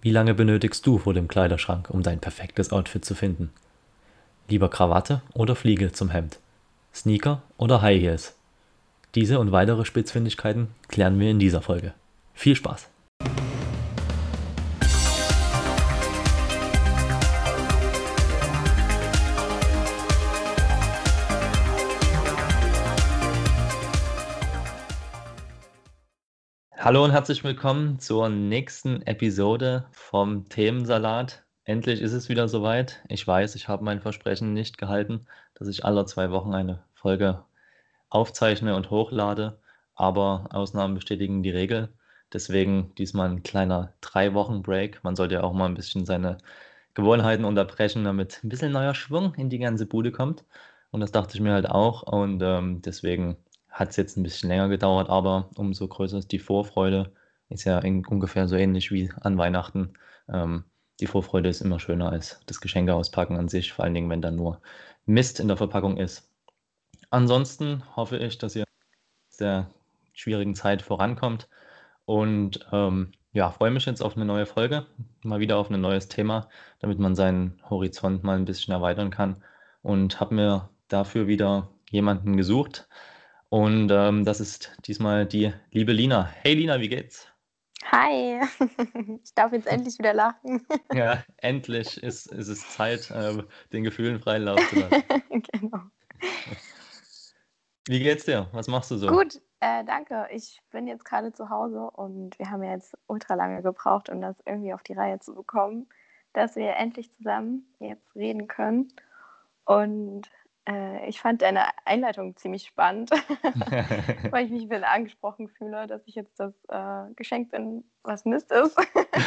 Wie lange benötigst du vor dem Kleiderschrank, um dein perfektes Outfit zu finden? Lieber Krawatte oder Fliege zum Hemd? Sneaker oder High Heels? Diese und weitere Spitzfindigkeiten klären wir in dieser Folge. Viel Spaß! Hallo und herzlich willkommen zur nächsten Episode vom Themensalat. Endlich ist es wieder soweit. Ich weiß, ich habe mein Versprechen nicht gehalten, dass ich alle 2 Wochen eine Folge aufzeichne und hochlade, aber Ausnahmen bestätigen die Regel. Deswegen diesmal ein kleiner 3 Wochen Break. Man sollte ja auch mal ein bisschen seine Gewohnheiten unterbrechen, damit ein bisschen neuer Schwung in die ganze Bude kommt. Und das dachte ich mir halt auch. Und deswegen hat es jetzt ein bisschen länger gedauert, aber umso größer ist die Vorfreude. Ist ja ungefähr so ähnlich wie an Weihnachten. Die Vorfreude ist immer schöner als das Geschenke auspacken an sich, vor allen Dingen, wenn dann nur Mist in der Verpackung ist. Ansonsten hoffe ich, dass ihr aus der schwierigen Zeit vorankommt und ja, freue mich jetzt auf eine neue Folge, mal wieder auf ein neues Thema, damit man seinen Horizont mal ein bisschen erweitern kann und habe mir dafür wieder jemanden gesucht und das ist diesmal die liebe Lina. Hey Lina, wie geht's? Hi, ich darf jetzt endlich wieder lachen. Ja, endlich ist es Zeit, den Gefühlen freien Lauf zu lassen. Genau. Wie geht's dir? Was machst du so? Gut, danke. Ich bin jetzt gerade zu Hause und wir haben ja jetzt ultra lange gebraucht, um das irgendwie auf die Reihe zu bekommen, dass wir endlich zusammen jetzt reden können. Und ich fand deine Einleitung ziemlich spannend, weil ich mich ein bisschen angesprochen fühle, dass ich jetzt das Geschenk bin, was Mist ist.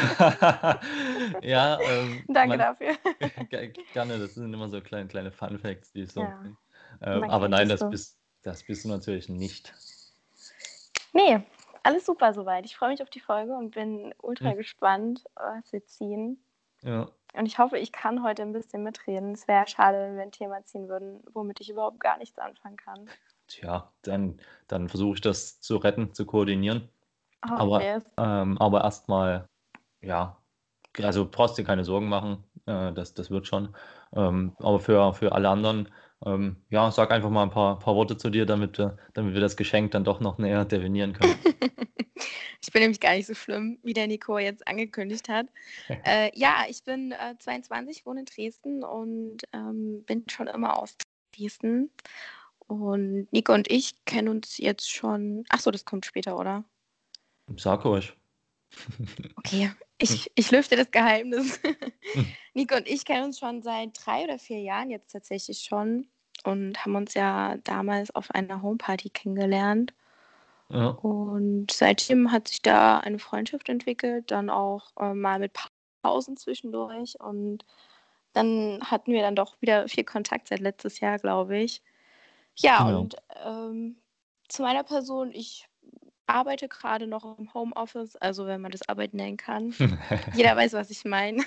Ja, Danke dafür. gerne, das sind immer so kleine Fun Facts, die ich so Ja, bringe. man Aber kennt nein, es das so. bist du natürlich nicht. Nee, alles super soweit. Ich freue mich auf die Folge und bin ultra Hm, gespannt, was wir ziehen. ja, Und ich hoffe, ich kann heute ein bisschen mitreden. Es wäre schade, wenn wir ein Thema ziehen würden, womit ich überhaupt gar nichts anfangen kann. tja, dann versuche ich das zu retten, zu koordinieren. Hoffen Aber, wir es. aber erstmal, ja, also brauchst dir keine Sorgen machen, das wird schon. Aber für alle anderen, ja, sag einfach mal ein paar Worte zu dir, damit wir das Geschenk dann doch noch näher definieren können. Ich bin nämlich gar nicht so schlimm, wie der Nico jetzt angekündigt hat. Ja, ich bin 22, wohne in Dresden und bin schon immer aus Dresden. Und Nico und ich kennen uns jetzt schon. Ach so, das kommt später, oder? Sag ruhig. Okay, ich lüfte das Geheimnis. Hm, Nico und ich kennen uns schon seit 3 oder 4 Jahren jetzt tatsächlich schon und haben uns ja damals auf einer Homeparty kennengelernt. Ja, Und seitdem hat sich da eine Freundschaft entwickelt, dann auch mal mit Pausen zwischendurch. Und dann hatten wir dann doch wieder viel Kontakt seit letztes Jahr, glaube ich. Ja, genau. und zu meiner Person, ich arbeite gerade noch im Homeoffice, also wenn man das Arbeit nennen kann. Jeder weiß, was ich meine.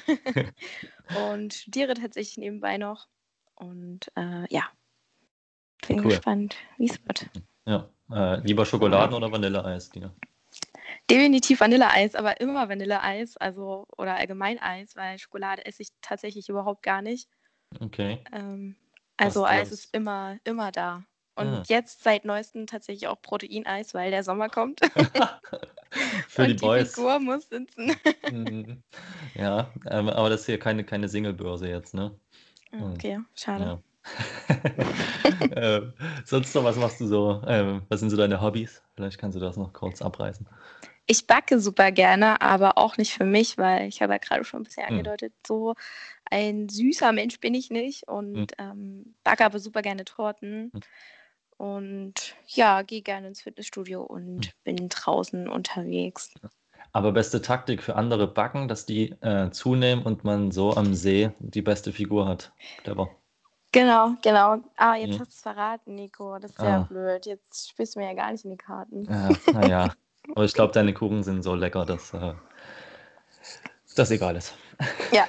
Und studiere tatsächlich nebenbei noch. Und ja, bin Cool. gespannt, wie es wird. Ja. Lieber Schokoladen- oder Vanilleeis, Dina? Definitiv Vanilleeis, aber immer Vanilleeis, also oder allgemein Eis, weil Schokolade esse ich tatsächlich überhaupt gar nicht. Okay. Also Eis ist Was? immer da. Ah. Und jetzt seit neuestem tatsächlich auch Proteineis, weil der Sommer kommt Für die und die Boys. Figur muss sitzen. Mhm. Ja, aber das ist hier keine Singlebörse jetzt, ne? Hm, Okay, schade. ja. Sonst noch, was machst du so? Was sind so deine Hobbys? Vielleicht kannst du das noch kurz abreißen. Ich backe super gerne, aber auch nicht für mich, weil ich habe ja gerade schon ein bisschen Hm, angedeutet, so ein süßer Mensch bin ich nicht hm, und backe aber super gerne Torten. hm, Und ja, gehe gerne ins Fitnessstudio hm. und bin draußen unterwegs. Aber beste Taktik für andere backen, dass die zunehmen und man so am See die beste Figur hat. Clever. Genau, genau. Ah, jetzt Hm. hast du es verraten, Nico. Das ist ja Ah, blöd. Jetzt spielst du mir ja gar nicht in die Karten. naja. Aber ich glaube, deine Kuchen sind so lecker, dass das egal ist. Ja.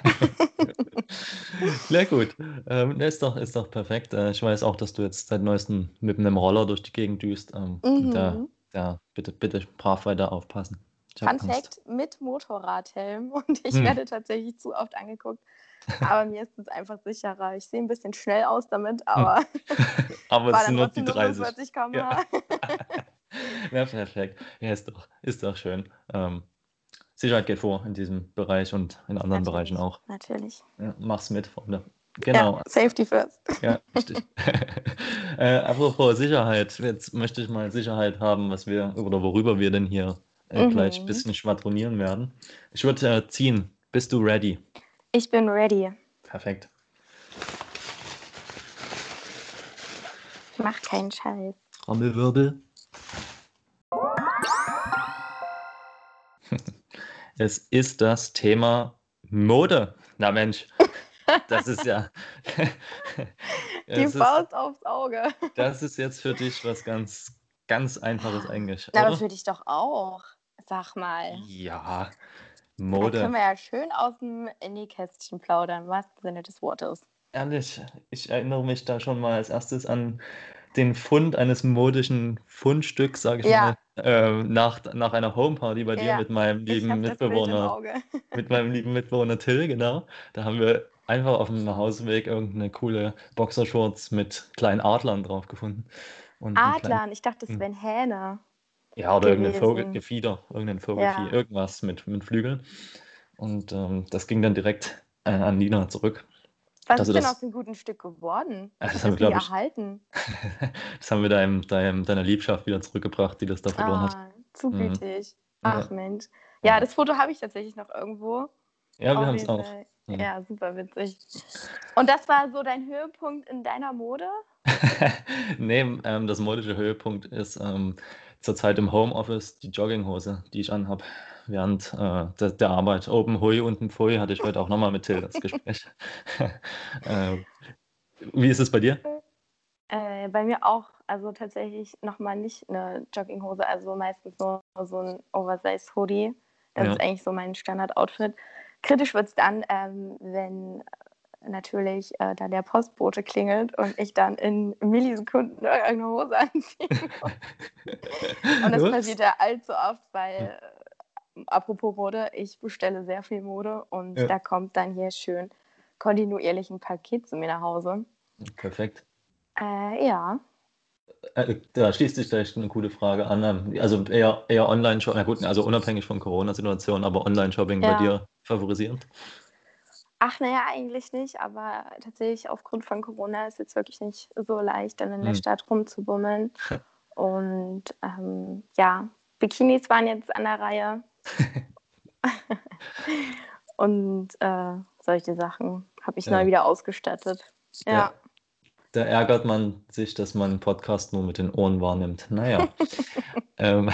Na gut, ne, ist doch perfekt. Ich weiß auch, dass du jetzt seit Neuestem mit einem Roller durch die Gegend düst. Mhm. Bitte brav weiter aufpassen. Ich habe Fun Angst. Fact, mit Motorradhelm und ich Hm. werde tatsächlich zu oft angeguckt. Aber mir ist es einfach sicherer. Ich sehe ein bisschen schnell aus damit, Hm. aber Aber es fahre sind dann nur die trotzdem nur 30. 45 Ja. km/h. Ja, perfekt. Ja, ist doch schön. Sicherheit geht vor in diesem Bereich und in anderen Bereichen Natürlich, auch. natürlich. Ja, mach's mit, Freunde. Ja, Genau. Safety first. Ja, richtig. Apropos Sicherheit. Jetzt möchte ich mal Sicherheit haben, worüber wir denn hier gleich ein Mhm. bisschen schwadronieren werden. Ich würde ziehen. Bist du ready? Ich bin ready. Perfekt. Mach keinen Scheiß. Trommelwirbel. Es ist das Thema Mode. Na Mensch, das ist ja. Die es ist, Faust aufs Auge. das ist jetzt für dich was ganz, ganz Einfaches eigentlich, Na, aber oder? für dich doch auch. Sag mal. Ja, Da können Mode. wir ja schön aus dem Nähkästchen plaudern, im wahrsten Sinne des Wortes. Ehrlich, ich erinnere mich da schon mal als erstes an den Fund eines modischen Fundstücks, sage ich mal, Ja, nach einer Homeparty bei dir ja. mit meinem Ich lieben habe das Bild im Mitbewohner, Auge. Till, genau. Da haben wir einfach auf dem Nachhauseweg irgendeine coole Boxershorts mit kleinen Adlern drauf gefunden und einen kleinen, Adlern, ich dachte, es hm, wären Hähne ja, oder irgendein gewesen. Gefieder, irgendein Vogelvieh, Ja. irgendwas mit Flügeln. Und das ging dann direkt an Nina zurück. Was Also ist denn aus das, dem guten Stück geworden? Ich das habe haben wir, das nie glaube ich, erhalten. das haben wir deiner Liebschaft wieder zurückgebracht, die das da verloren hat. Ah, zu Mhm. gütig. Ach Ja, Mensch. Ja, ja. das Foto habe ich tatsächlich noch irgendwo. Ja, wir Auf haben es jeden auch. Fall. Mhm. Ja, super witzig. Und das war so dein Höhepunkt in deiner Mode? Nee, das modische Höhepunkt ist zurzeit im Homeoffice die Jogginghose, die ich anhab während der Arbeit. Oben Hui, unten Pfui hatte ich heute auch nochmal mit Till das Gespräch. Ähm, Wie ist es bei dir? Bei mir auch, also tatsächlich nochmal nicht eine Jogginghose, also meistens nur so ein Oversize-Hoodie. Das ist Ja. eigentlich so mein Standard-Outfit. Kritisch wird es dann, wenn natürlich da der Postbote klingelt und ich dann in Millisekunden irgendeine Hose anziehen muss. Und das passiert Ups. ja allzu oft, weil, apropos Mode, ich bestelle sehr viel Mode und Ja, da kommt dann hier schön kontinuierlich ein Paket zu mir nach Hause. perfekt. Ja. Da schließt sich vielleicht eine coole Frage an. Also eher Online-Shopping, na gut, also unabhängig von Corona-Situation, aber Online-Shopping bei Ja. dir favorisierend? Ach, naja, eigentlich nicht, aber tatsächlich aufgrund von Corona ist jetzt wirklich nicht so leicht, dann in der Hm. Stadt rumzubummeln. Und ja, Bikinis waren jetzt an der Reihe und solche Sachen habe ich neu Ja, wieder ausgestattet. da, Ja. da ärgert man sich, dass man einen Podcast nur mit den Ohren wahrnimmt. Naja. Ähm,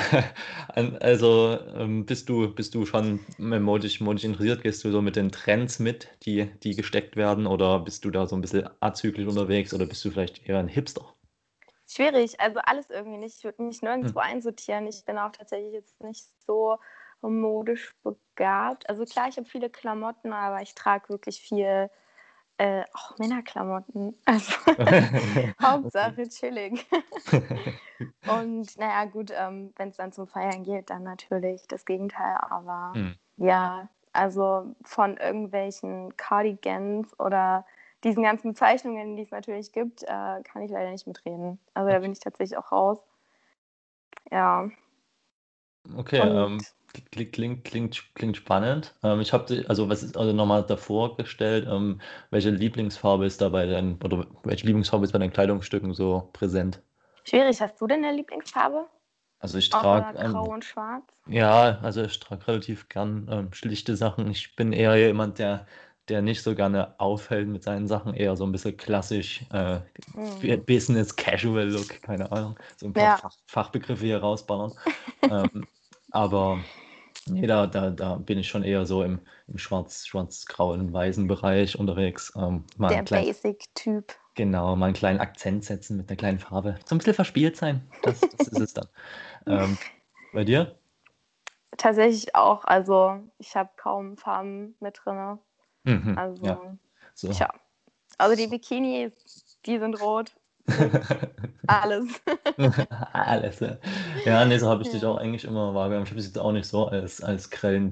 bist du schon modisch interessiert? Gehst du so mit den Trends mit, die gesteckt werden, oder bist du da so ein bisschen azyklisch unterwegs oder bist du vielleicht eher ein Hipster? Schwierig, also alles irgendwie nicht. Ich würde mich Hm. nirgendwo einsortieren. Ich bin auch tatsächlich jetzt nicht so modisch begabt. Also klar, ich habe viele Klamotten, aber ich trage wirklich viel auch Männerklamotten. Also Okay. Hauptsache chillig. Und naja, gut, wenn es dann zum Feiern geht, dann natürlich das Gegenteil. Aber Hm. ja, also von irgendwelchen Cardigans oder diesen ganzen Zeichnungen, die es natürlich gibt, kann ich leider nicht mitreden. Also da bin ich tatsächlich auch raus. Ja, Okay, und klingt spannend. Ich habe, also was ist also nochmal davor gestellt, welche Lieblingsfarbe ist da oder welche Lieblingsfarbe ist bei deinen Kleidungsstücken so präsent? schwierig. Hast du denn eine Lieblingsfarbe? Also ich Außer trage, Grau und Schwarz? ja, also ich trage relativ gern schlichte Sachen. Ich bin eher jemand, der nicht so gerne auffällt mit seinen Sachen, eher so ein bisschen klassisch, Hm. Business Casual Look, keine Ahnung, so ein paar Ja, Fachbegriffe hier rausballern. Ähm, aber nee, da bin ich schon eher so im schwarz-grauen, weißen Bereich unterwegs. der Basic-Typ. Mal einen kleinen Akzent setzen mit einer kleinen Farbe. So ein bisschen verspielt sein, das ist es dann. Ähm, bei dir? Tatsächlich auch. Also ich habe kaum Farben mit drin. Mhm, ja, Also, so. tja. Also die Bikinis, die sind rot. Alles. Alles, ja. Ja, nee, so habe ich dich auch Ja. eigentlich immer wahrgenommen. Ich habe dich jetzt auch nicht so als grellen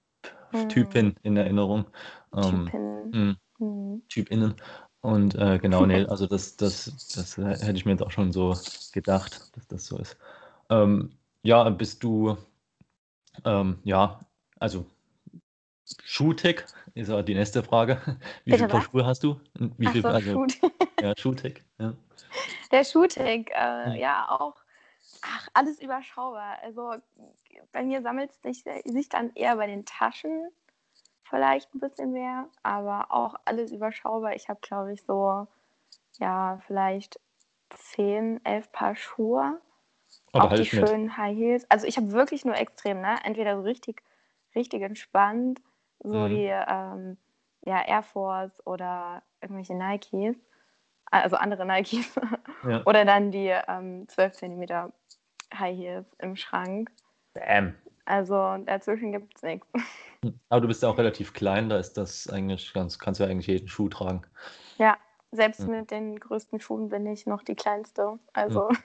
Hm. Typin in Erinnerung. Ähm, Typin. hm, Hm. Typinnen. Und genau, nee, also das hätte ich mir jetzt auch schon so gedacht, dass das so ist. Ja, bist du, ja, also Schuhtick ist auch die nächste Frage. Wie viel Bitte Paar was? Schuhe hast du? Und wie Ach viel, so, also, Shoot. ja, Schuhtick, ja. Der Shooting, Hm. ja auch, ach, alles überschaubar. Also bei mir sammelt es sich dann eher bei den Taschen vielleicht ein bisschen mehr, aber auch alles überschaubar. Ich habe, glaube ich, so, ja, vielleicht 10, 11 Paar Schuhe, Aber auch die halt mit. schönen High Heels. Also ich habe wirklich nur extrem, ne? Entweder so richtig, richtig entspannt, so Mhm. die ja, Air Force oder irgendwelche Nikes, also andere Nikes, Ja. oder dann die 12 Zentimeter High Heels im Schrank. Bam. Also dazwischen gibt es nichts. Aber du bist ja auch relativ klein, da ist das eigentlich kannst du ja eigentlich jeden Schuh tragen. Ja, selbst Hm. mit den größten Schuhen bin ich noch die kleinste. Hm. Also,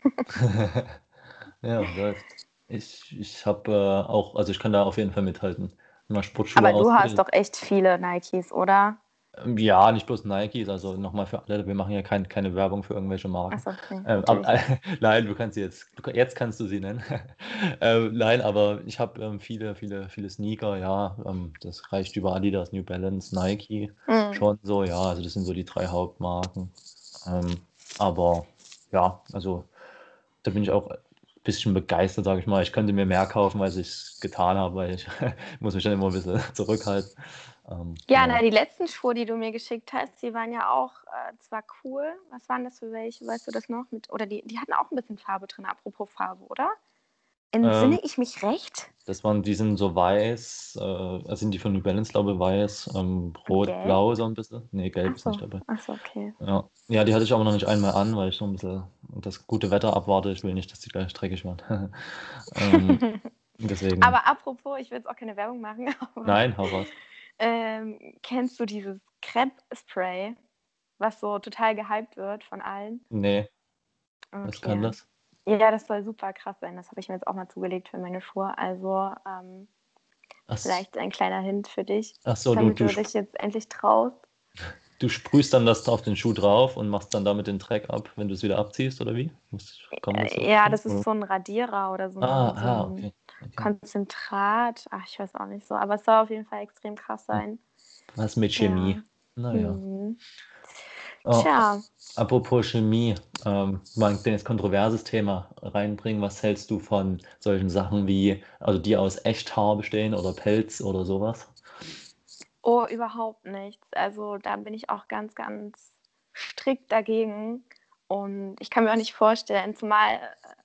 Ja, läuft. Ich habe auch, also ich kann da auf jeden Fall mithalten. Wenn man Sportschuhe aber du hast auswählt. doch echt viele Nikes, oder? Ja, nicht bloß Nikes, also nochmal für alle, wir machen ja keine Werbung für irgendwelche Marken. Achso, nee, Aber, natürlich nicht. nein, du kannst sie jetzt kannst du sie nennen. Nein, aber ich habe viele Sneaker, ja, das reicht über Adidas, New Balance, Nike, Mhm. schon so, ja, also das sind so die drei Hauptmarken. Aber ja, also da bin ich auch ein bisschen begeistert, sage ich mal. Ich könnte mir mehr kaufen, als ich es getan habe, weil ich muss mich dann immer ein bisschen zurückhalten. Ja, na, Ja. die letzten Schuhe, die du mir geschickt hast, die waren ja auch zwar cool. Was waren das für welche? Weißt du das noch? Oder die hatten auch ein bisschen Farbe drin, apropos Farbe, oder? Ähm, Entsinne ich mich recht? die sind so weiß, also sind die von New Balance, glaube ich, weiß, Und rot, gelb? blau so ein bisschen. Nee, gelb ist nicht Achso, dabei. achso, okay. Ja. Ja, die hatte ich aber noch nicht einmal an, weil ich so ein bisschen das gute Wetter abwarte. Ich will nicht, dass die gleich dreckig werden. Deswegen. Aber apropos, ich will jetzt auch keine Werbung machen, aber Nein, hau raus. kennst du dieses Crepe-Spray, was so total gehypt wird von allen? Nee, was kann Okay. das? Ja, das soll super krass sein. Das habe ich mir jetzt auch mal zugelegt für meine Schuhe. Also Ach, vielleicht ein kleiner Hint für dich, ach so, damit du dich jetzt endlich traust. du sprühst dann das auf den Schuh drauf und machst dann damit den Dreck ab, wenn du es wieder abziehst, oder wie? Kann man das so Ja, verstehen? das ist Oder? so ein Radierer oder so ein Okay. Okay. Konzentrat. Ach, ich weiß auch nicht so. Aber es soll auf jeden Fall extrem krass Hm. sein. Was mit Chemie? Ja. Naja. Mhm. Oh, Tja, apropos Chemie, mal ein kleines kontroverses Thema reinbringen. Was hältst du von solchen Sachen wie, also die aus Echthaar bestehen oder Pelz oder sowas? oh, überhaupt nichts. Also da bin ich auch ganz, ganz strikt dagegen. Und ich kann mir auch nicht vorstellen, zumal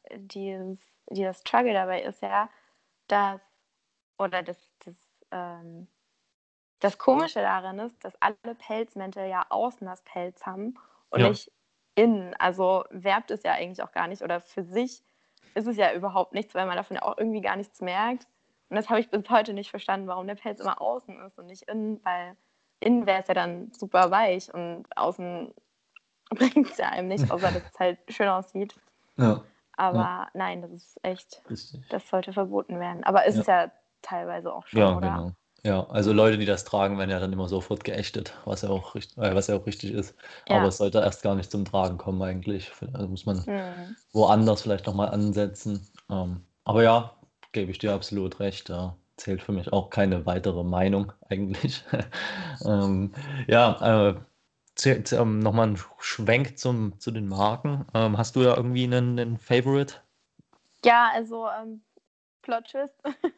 dieser Struggle dabei ist ja, dass, oder ähm, das Komische daran ist, dass alle Pelzmäntel ja außen das Pelz haben und Ja, nicht innen. Also wärmt es ja eigentlich auch gar nicht oder für sich ist es ja überhaupt nichts, weil man davon ja auch irgendwie gar nichts merkt. Und das habe ich bis heute nicht verstanden, warum der Pelz immer außen ist und nicht innen, weil innen wäre es ja dann super weich und außen bringt es ja einem nicht, außer dass es halt schön aussieht. ja, ja, Aber nein, das ist echt, richtig. das sollte verboten werden. Aber ist Ja, es ja teilweise auch schon, ja, oder? genau. Ja, also Ja. Leute, die das tragen, werden ja dann immer sofort geächtet, was ja auch richtig ist. Aber Ja. es sollte erst gar nicht zum Tragen kommen eigentlich. Also muss man Hm. woanders vielleicht nochmal ansetzen. Aber ja, gebe ich dir absolut recht. Da zählt für mich auch keine weitere Meinung eigentlich. ähm, ja, nochmal ein Schwenk zu den Marken. Hast du da irgendwie einen Favorite? Ja, also Plot Twist,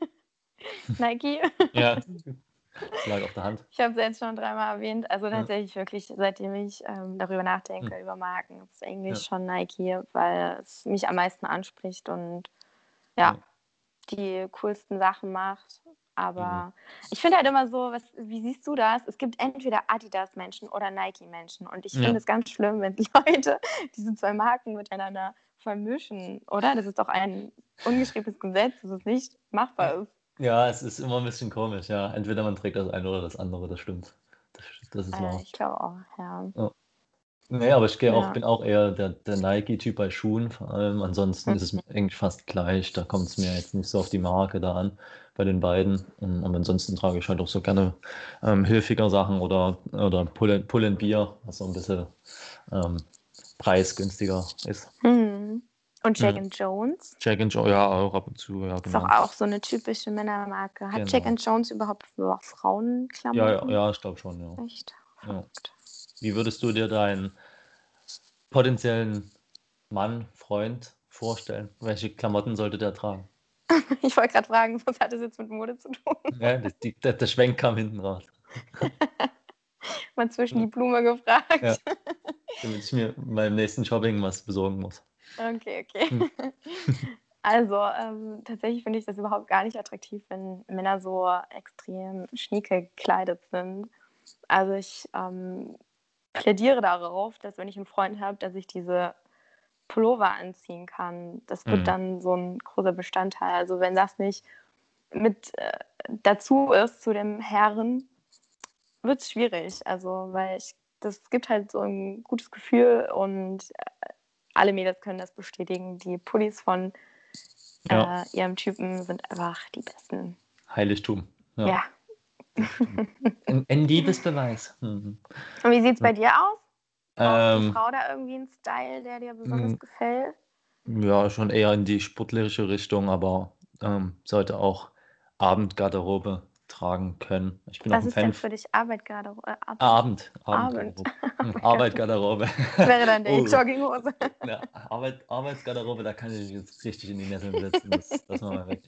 Nike. Ja, lag auf der Hand. Ich habe es jetzt schon dreimal erwähnt. Also Ja, tatsächlich wirklich, seitdem ich darüber hm, nachdenke, über Marken, ist eigentlich ja, schon Nike, weil es mich am meisten anspricht und ja, ja, die coolsten Sachen macht. genau. Aber ich finde halt immer so, wie siehst du das? Es gibt entweder Adidas-Menschen oder Nike-Menschen. Und ich finde Ja. es ganz schlimm, wenn Leute diese zwei Marken miteinander vermischen, oder? Das ist doch ein ungeschriebenes Gesetz, dass es nicht machbar ist. Ja, es ist immer ein bisschen komisch, ja. Entweder man trägt das eine oder das andere, das stimmt. Das ist wahr. Ich glaube auch, ja. Ja. Nee, aber Ja. bin auch eher der Nike-Typ bei Schuhen vor allem. Ansonsten ist es Mhm. mir eigentlich fast gleich. Da kommt es mir jetzt nicht so auf die Marke da an bei den beiden. Und ansonsten trage ich halt auch so gerne hilfiger Sachen oder Pull and Beer, was so ein bisschen ähm, preisgünstiger ist. Hm. Und Jack Ja. and Jones Jack and Joe, ja, auch ab und zu, ja, ist doch genau. auch so eine typische Männermarke. Hat Jack Genau. and Jones überhaupt für Ja, ja, Frauenklamotten? ja, ich glaube schon, ja. Echt Ja. verrückt. Wie würdest du dir deinen potenziellen Mann, Freund vorstellen? Welche Klamotten sollte der tragen? Ich wollte gerade fragen, was hat das jetzt mit Mode zu tun? Ja, der Schwenk kam hinten raus. Mal zwischen die Blume gefragt. Ja, damit ich mir beim nächsten Shopping was besorgen muss. Okay, okay. Hm. Also, tatsächlich finde ich das überhaupt gar nicht attraktiv, wenn Männer so extrem schnieke gekleidet sind. Also ich plädiere darauf, dass wenn ich einen Freund habe, dass ich diese Pullover anziehen kann. Das wird Hm. dann so ein großer Bestandteil. Also wenn das nicht mit dazu ist zu dem Herren, wird es schwierig. Also weil das gibt halt so ein gutes Gefühl und alle Mädels können das bestätigen. Die Pullis von Ja, ihrem Typen sind einfach die besten. Heiligtum. Ja, Ja. das stimmt. Ein Liebesbeweis. Mhm. Und wie sieht es bei dir aus? Braucht die Ähm, Frau da irgendwie einen Style, der dir m- besonders gefällt? ja, schon eher in die sportliche Richtung, aber sollte auch Abendgarderobe tragen können. Ich bin auch Was ein ist Fan. denn für dich Arbeit gerade? Abend. Abendgarderobe. Oh mein Gott. Arbeitgarderobe. Das wäre dann die Oh, Jogginghose. ja, Arbeitsgarderobe, da kann ich mich jetzt richtig in die Nesseln setzen. Das machen wir weg.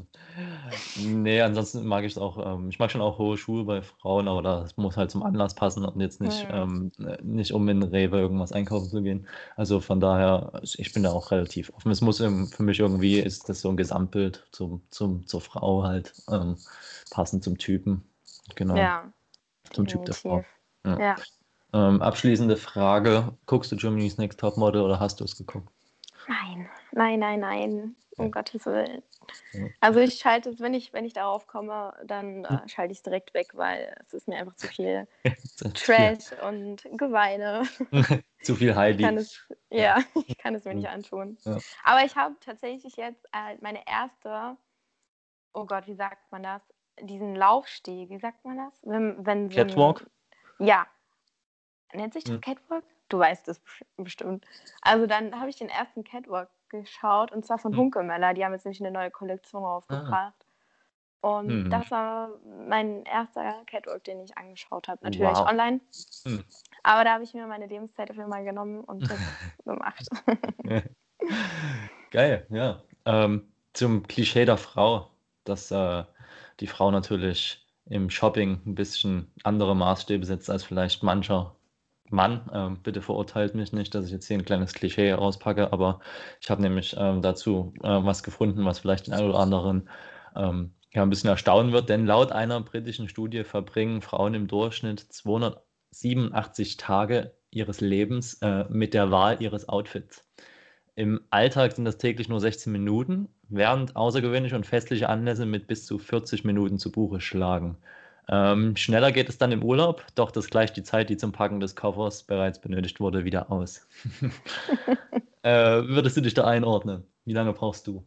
Nee, ansonsten mag ich es auch. Ich mag schon auch hohe Schuhe bei Frauen, aber das muss halt zum Anlass passen und jetzt Hm. nicht um in Rewe irgendwas einkaufen zu gehen. Also von daher, ich bin da auch relativ offen. Es muss für mich irgendwie, ist das so ein Gesamtbild zur Frau halt passend zum Typen. Genau, Ja, zum Typ der Frau. definitiv. Ja. Ja. Abschließende Frage: Guckst du Germany's Next Topmodel oder hast du es geguckt? Nein, nein, nein, nein. Ja. Um Gottes Willen. Ja. Also ich schalte es, wenn ich darauf komme, dann Hm. schalte ich es direkt weg, weil es ist mir einfach zu viel Zu viel, Trash und Geweine. zu viel Ich kann Heidi. es, Ja. ja, ich kann es mir nicht Hm. antun. Ja. Aber ich habe tatsächlich jetzt meine erste, oh Gott, wie sagt man das? Diesen Laufsteg, wie sagt man das? Wenn so ein, Catwalk? ja, nennt sich das Hm. Catwalk? Du weißt es bestimmt. Also dann habe ich den ersten Catwalk geschaut und zwar von Hm. Hunkemöller. Die haben jetzt nämlich eine neue Kollektion Ah. rausgebracht. Und Hm. das war mein erster Catwalk, den ich angeschaut habe. Natürlich Wow. online. Hm. Aber da habe ich mir meine Lebenszeit dafür mal genommen und das gemacht. Geil, ja. Zum Klischee der Frau, dass die Frau natürlich im Shopping ein bisschen andere Maßstäbe setzt als vielleicht mancher Mann. Bitte verurteilt mich nicht, dass ich jetzt hier ein kleines Klischee rauspacke, aber ich habe nämlich dazu was gefunden, was vielleicht den einen oder anderen ja, ein bisschen erstaunen wird, denn laut einer britischen Studie verbringen Frauen im Durchschnitt 287 Tage ihres Lebens mit der Wahl ihres Outfits. Im Alltag sind das täglich nur 16 Minuten, während außergewöhnliche und festliche Anlässe mit bis zu 40 Minuten zu Buche schlagen. Schneller geht es dann im Urlaub, doch das gleicht die Zeit, die zum Packen des Koffers bereits benötigt wurde, wieder aus. Würdest du dich da einordnen? Wie lange brauchst du?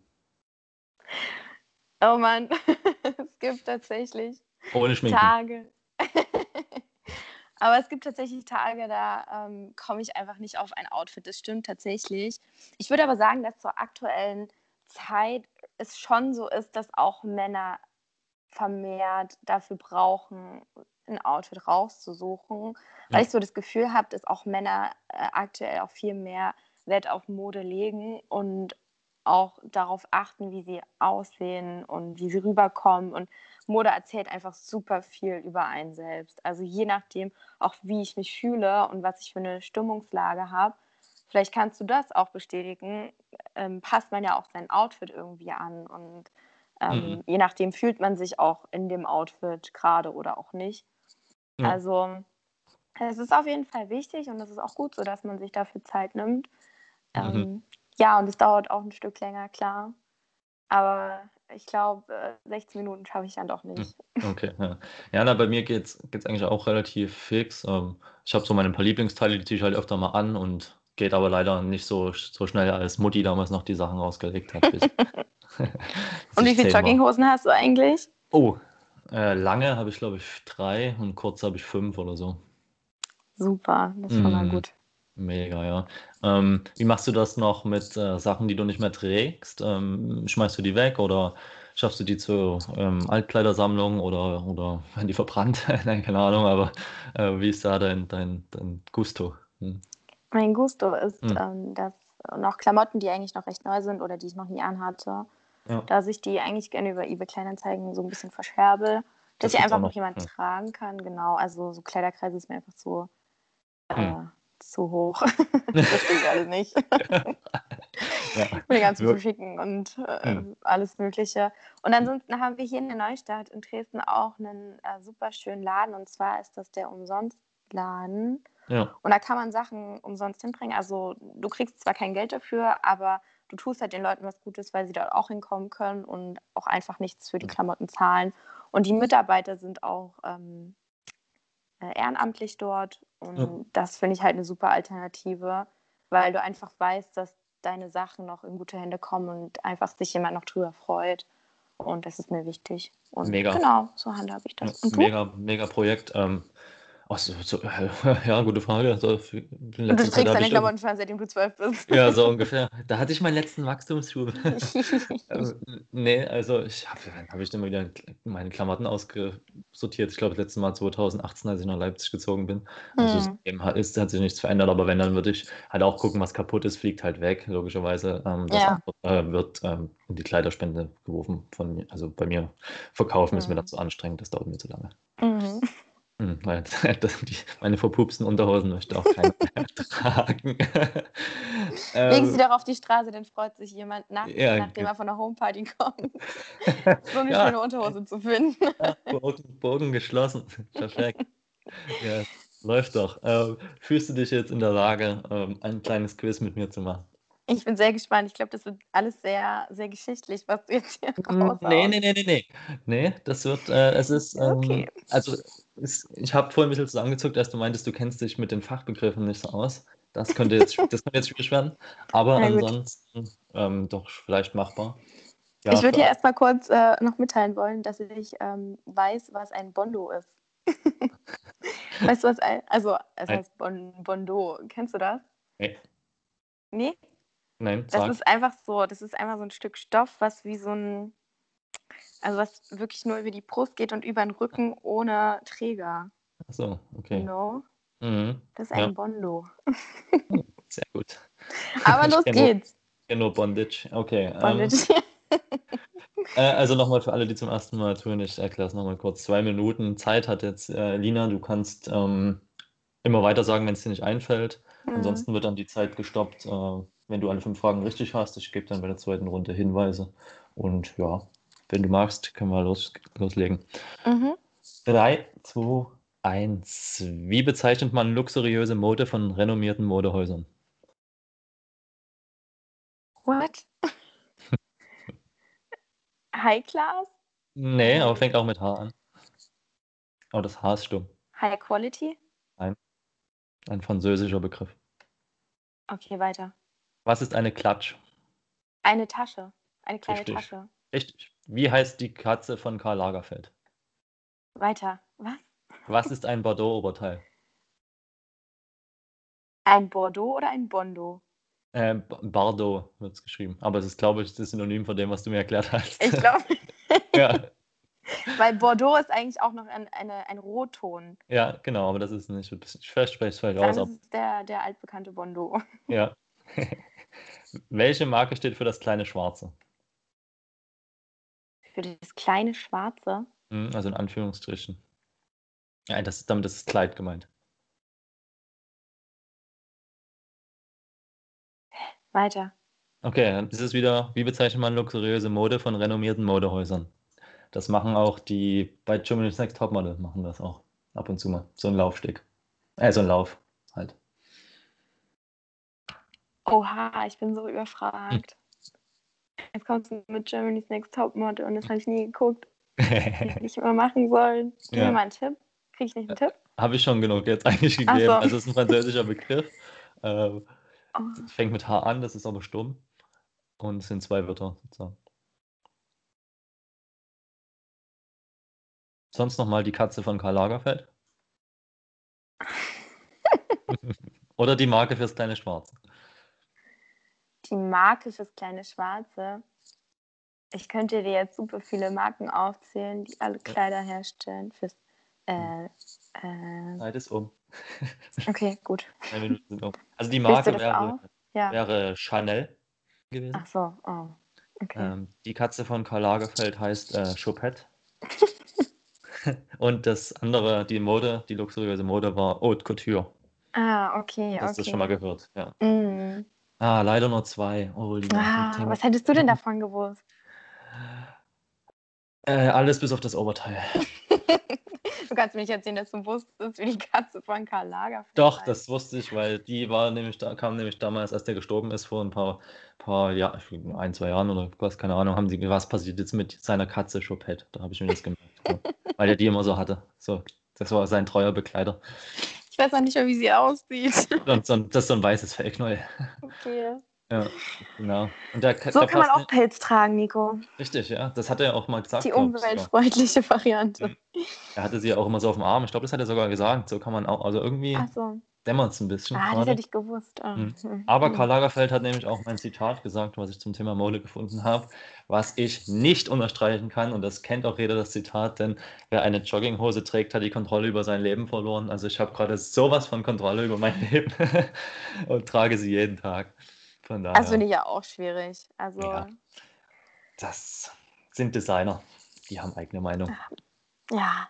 Oh Mann, es gibt tatsächlich Ohne Schminken. Tage. Aber es gibt tatsächlich Tage, da komme ich einfach nicht auf ein Outfit. Das stimmt tatsächlich. Ich würde aber sagen, dass zur aktuellen Zeit es schon so ist, dass auch Männer vermehrt dafür brauchen, ein Outfit rauszusuchen, weil Ja. ich so das Gefühl habe, dass auch Männer aktuell auch viel mehr Wert auf Mode legen und auch darauf achten, wie sie aussehen und wie sie rüberkommen. Und Mode erzählt einfach super viel über einen selbst. Also je nachdem, auch wie ich mich fühle und was ich für eine Stimmungslage habe, vielleicht kannst du das auch bestätigen, passt man ja auch sein Outfit irgendwie an und Mhm. je nachdem fühlt man sich auch in dem Outfit gerade oder auch nicht. Ja. Also es ist auf jeden Fall wichtig und es ist auch gut so, dass man sich dafür Zeit nimmt. Mhm. Ähm, ja, und es dauert auch ein Stück länger, klar. Aber ich glaube, 16 Minuten schaffe ich dann doch Hm, nicht. okay, ja. Ja, na, bei mir geht's eigentlich auch relativ fix. Ich habe so meine paar Lieblingsteile, die ziehe ich halt öfter mal an und geht aber leider nicht so schnell, als Mutti damals noch die Sachen rausgelegt hat, bis bis Und wie ich viele 10 war. Jogginghosen hast du eigentlich? Oh, lange habe ich, glaube ich, 3 und kurz habe ich 5 oder so. Super, das ist schon mal Mhm. gut. Mega, ja. Wie machst du das noch mit Sachen, die du nicht mehr trägst? Schmeißt du die weg oder schaffst du die zur Altkleidersammlung oder werden die verbrannt? Nein, keine Ahnung, aber wie ist da dein Gusto? Hm. Mein Gusto ist, Hm. dass noch Klamotten, die eigentlich noch recht neu sind oder die ich noch nie anhatte, Ja, dass ich die eigentlich gerne über eBay Kleinanzeigen so ein bisschen verscherbel, dass das sie gibt's auch einfach noch noch. jemand Hm. tragen kann. Genau, also so Kleiderkreise ist mir einfach Hm. äh, zu hoch. Verstehe ich alles nicht. Ja, Mit den ganzen wir, Verschicken und hm. alles Mögliche. Und ansonsten haben wir hier in der Neustadt in Dresden auch einen super schönen Laden. Und zwar ist das der Umsonstladen. Ja, Und da kann man Sachen umsonst hinbringen. Also du kriegst zwar kein Geld dafür, aber du tust halt den Leuten was Gutes, weil sie dort auch hinkommen können und auch einfach nichts für die Klamotten zahlen. Und die Mitarbeiter sind auch ehrenamtlich dort. ja, Und das finde ich halt eine super Alternative, weil du einfach weißt, dass deine Sachen noch in gute Hände kommen und einfach sich jemand noch drüber freut. Und das ist mir wichtig. Und mega. genau, so handhabe ich Ja, das. Und du? mega Projekt. Ach so, ja, gute Frage. Also, in Und du letzter Zeit trägst habe deine ich Klamotten schon seitdem du 12 bist. ja, so ungefähr. Da hatte ich meinen letzten Wachstumsschub. Ne, also wann habe ich denn mal wieder meine Klamotten ausgesortiert? Ich glaube, das letzte Mal 2018, als ich nach Leipzig gezogen bin. Also Hm. seitdem hat sich nichts verändert, aber wenn, dann würde ich halt auch gucken, was kaputt ist, fliegt halt weg, logischerweise. Das Ja. andere wird in die Kleiderspende geworfen von mir. Also bei mir verkaufen ist mir dann Hm. zu anstrengend, das dauert mir zu lange. Mhm. Weil meine verpupsten Unterhosen möchte auch keiner mehr tragen. Legen Sie Ähm, doch auf die Straße, dann freut sich jemand nachts, ja, nachdem er von der Homeparty kommt, so eine ja, schöne Unterhose zu finden. ja, Bogen geschlossen. Perfekt. Ja, läuft doch. Fühlst du dich jetzt in der Lage, ein kleines Quiz mit mir zu machen? Ich bin sehr gespannt. Ich glaube, das wird alles sehr, sehr geschichtlich, was du jetzt hier Nee, raushaust. nee, nee, nee, nee. Nee, das wird, es ist, Okay. also ich habe vorhin ein bisschen zusammengezuckt, als du meintest, du kennst dich mit den Fachbegriffen nicht so aus. Das könnte jetzt schwierig werden, aber Na gut. ansonsten doch vielleicht machbar. Ich Ja, würde für hier alle. erstmal kurz noch mitteilen wollen, dass ich weiß, was ein Bondo ist. Weißt du, was ein, also es Nein, heißt Bondo. Kennst du das? nee, Nee? nein, Das sag. ist einfach so, das ist einfach so ein Stück Stoff, was wie so ein, also was wirklich nur über die Brust geht und über den Rücken ohne Träger. Ach so, You okay. know? Mhm. Das ist Ja, ein Bondo. sehr gut. Aber Ich los kenne geht's. nur Bondage. Okay. Bondage. Also nochmal für alle, die zum ersten Mal tun, ich erkläre es nochmal kurz. 2 Minuten Zeit hat jetzt Lina. Du kannst immer weiter sagen, wenn es dir nicht einfällt. Hm. Ansonsten wird dann die Zeit gestoppt, wenn du alle 5 Fragen richtig hast. Ich gebe dann bei der zweiten Runde Hinweise. Und ja, wenn du magst, können wir loslegen. Mhm. 3, 2, 1. Wie bezeichnet man luxuriöse Mode von renommierten Modehäusern? What? High Class? Nee, aber fängt auch mit H an. Oh, das H ist stumm. High Quality? Nein, ein französischer Begriff. Okay, weiter. Was ist eine Klatsch? Eine Tasche. Eine kleine Richtig. Tasche. Richtig. Wie heißt die Katze von Karl Lagerfeld? Weiter. Was? Was ist ein Bordeaux-Oberteil? Ein Bordeaux oder ein Bondo? Bardo wird es geschrieben. Aber es ist, glaube ich, das Synonym von dem, was du mir erklärt hast. Ich glaube, Ja, weil Bordeaux ist eigentlich auch noch ein Rotton. ja, genau, aber das ist nicht, ich spreche es falsch aus, Dann ist aber es der altbekannte Bondo. ja. Welche Marke steht für das kleine Schwarze? Für das kleine Schwarze. Also in Anführungsstrichen. Ja, damit ist das Kleid gemeint. Weiter. Okay, dann ist es wieder, wie bezeichnet man luxuriöse Mode von renommierten Modehäusern? Das machen auch die, bei Germany's Next Topmodel machen das auch ab und zu mal. So ein Laufsteg. So ein Lauf halt. Oha, ich bin so Hm. überfragt. Jetzt kommst du mit Germany's Next Topmodel und das habe ich nie geguckt. Hätte ich immer machen sollen. Gib mir Ja. mal einen Tipp. Kriege ich nicht einen Tipp? Habe ich schon genug jetzt eigentlich Ach gegeben. so. Also es ist ein französischer Begriff. Oh. Es fängt mit H an, das ist aber stumm. Und es sind 2 Wörter sozusagen. Sonst nochmal die Katze von Karl Lagerfeld. Oder die Marke fürs kleine Schwarze. Die Marke fürs kleine Schwarze. Ich könnte dir jetzt super viele Marken aufzählen, die alle Kleider herstellen. Fürs. Zeit ist um. Okay, gut. 2 Minuten sind um. Also die Willst du Marke das auch? Ja. wäre Chanel gewesen. Ach so, oh. Okay. Die Katze von Karl Lagerfeld heißt Choupette. Und das andere, die luxuriöse Mode war Haute Couture. Ah, okay, Hast du das schon mal gehört? Ja. Mm. Leider nur 2. Oh, lieber. Was hättest du denn davon gewusst? Alles bis auf das Oberteil. Du kannst mir nicht erzählen, dass du wusstest, wie die Katze von Karl Lagerfeld Doch, heißt. das wusste ich, weil die kam nämlich damals, als der gestorben ist, vor ein paar Jahren, 1, 2 Jahren oder was, keine Ahnung, haben sie, was passiert jetzt mit seiner Katze Choupette? Da habe ich mir das gemerkt. Ja. Weil er die immer so hatte. So, das war sein treuer Begleiter. Ich weiß noch nicht mehr, wie sie aussieht. Das ist so ein weißes Fellknäuel. Okay. Ja, genau. Und So kann man auch Pelz tragen, Nico. Richtig, ja. Das hat er auch mal gesagt. Die umweltfreundliche Variante. Er hatte sie ja auch immer so auf dem Arm. Ich glaube, das hat er sogar gesagt. So kann man auch, also irgendwie dämmert es ein bisschen. Das hätte ich gewusst. Aber Karl Lagerfeld hat nämlich auch mein Zitat gesagt, was ich zum Thema Mode gefunden habe, was ich nicht unterstreichen kann. Und das kennt auch jeder, das Zitat, denn wer eine Jogginghose trägt, hat die Kontrolle über sein Leben verloren. Also ich habe gerade sowas von Kontrolle über mein Leben und trage sie jeden Tag. Von daher. Das finde ich ja auch schwierig. Also, ja, das sind Designer, die haben eigene Meinung. Ja.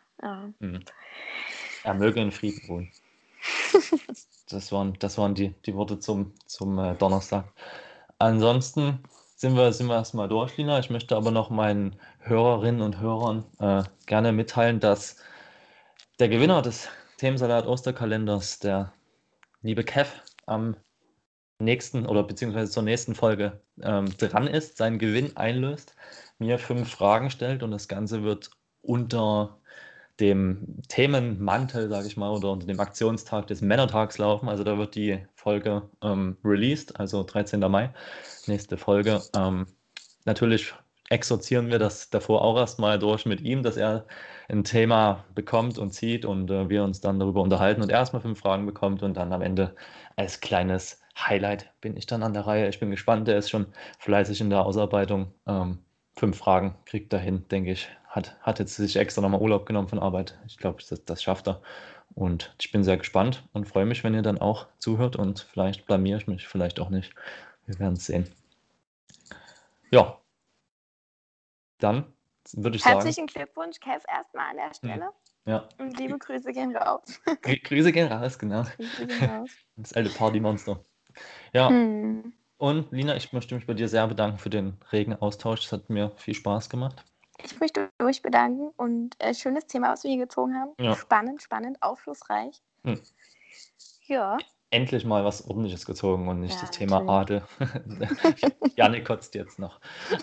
Er möge in Frieden ruhen. Das waren die Worte zum Donnerstag. Ansonsten sind wir erstmal durch, Lina. Ich möchte aber noch meinen Hörerinnen und Hörern gerne mitteilen, dass der Gewinner des Themensalat Osterkalenders, der liebe Kev, am nächsten oder beziehungsweise zur nächsten Folge dran ist, seinen Gewinn einlöst, mir 5 Fragen stellt und das Ganze wird unter dem Themenmantel, sage ich mal, oder unter dem Aktionstag des Männertags laufen. Also da wird die Folge released, also 13. Mai, nächste Folge. Natürlich exorzieren wir das davor auch erstmal durch mit ihm, dass er ein Thema bekommt und zieht und wir uns dann darüber unterhalten und er erstmal 5 Fragen bekommt und dann am Ende als kleines Highlight bin ich dann an der Reihe. Ich bin gespannt, der ist schon fleißig in der Ausarbeitung. 5 Fragen kriegt er hin, denke ich. Hat jetzt sich extra nochmal Urlaub genommen von Arbeit. Ich glaube, das schafft er. Und ich bin sehr gespannt und freue mich, wenn ihr dann auch zuhört und vielleicht blamiere ich mich, vielleicht auch nicht. Wir werden es sehen. Ja, dann würde ich sagen. Herzlichen Glückwunsch, Kev, erstmal an der Stelle. Ja. Und liebe Grüße gehen raus. Grüße gehen raus, genau. Grüße gehen raus. Das alte Partymonster. Ja. Und Lina, ich möchte mich bei dir sehr bedanken für den regen Austausch. Es hat mir viel Spaß gemacht. Ich möchte mich bedanken und schönes Thema, was wir hier gezogen haben. Ja. Spannend, aufschlussreich. Ja. Endlich mal was Ordentliches gezogen und nicht das Thema Adel. Janik kotzt jetzt noch.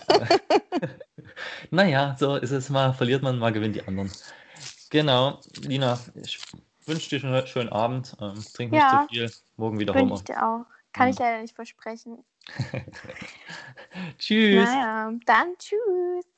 Naja, so ist es mal. Verliert man, mal gewinnt die anderen. Genau, Lina, ich wünsche dir einen schönen Abend. Trink nicht zu viel. Morgen wieder Homeoffice. Wünsche ich dir auch. Kann ich leider nicht versprechen. Tschüss. Naja, dann tschüss.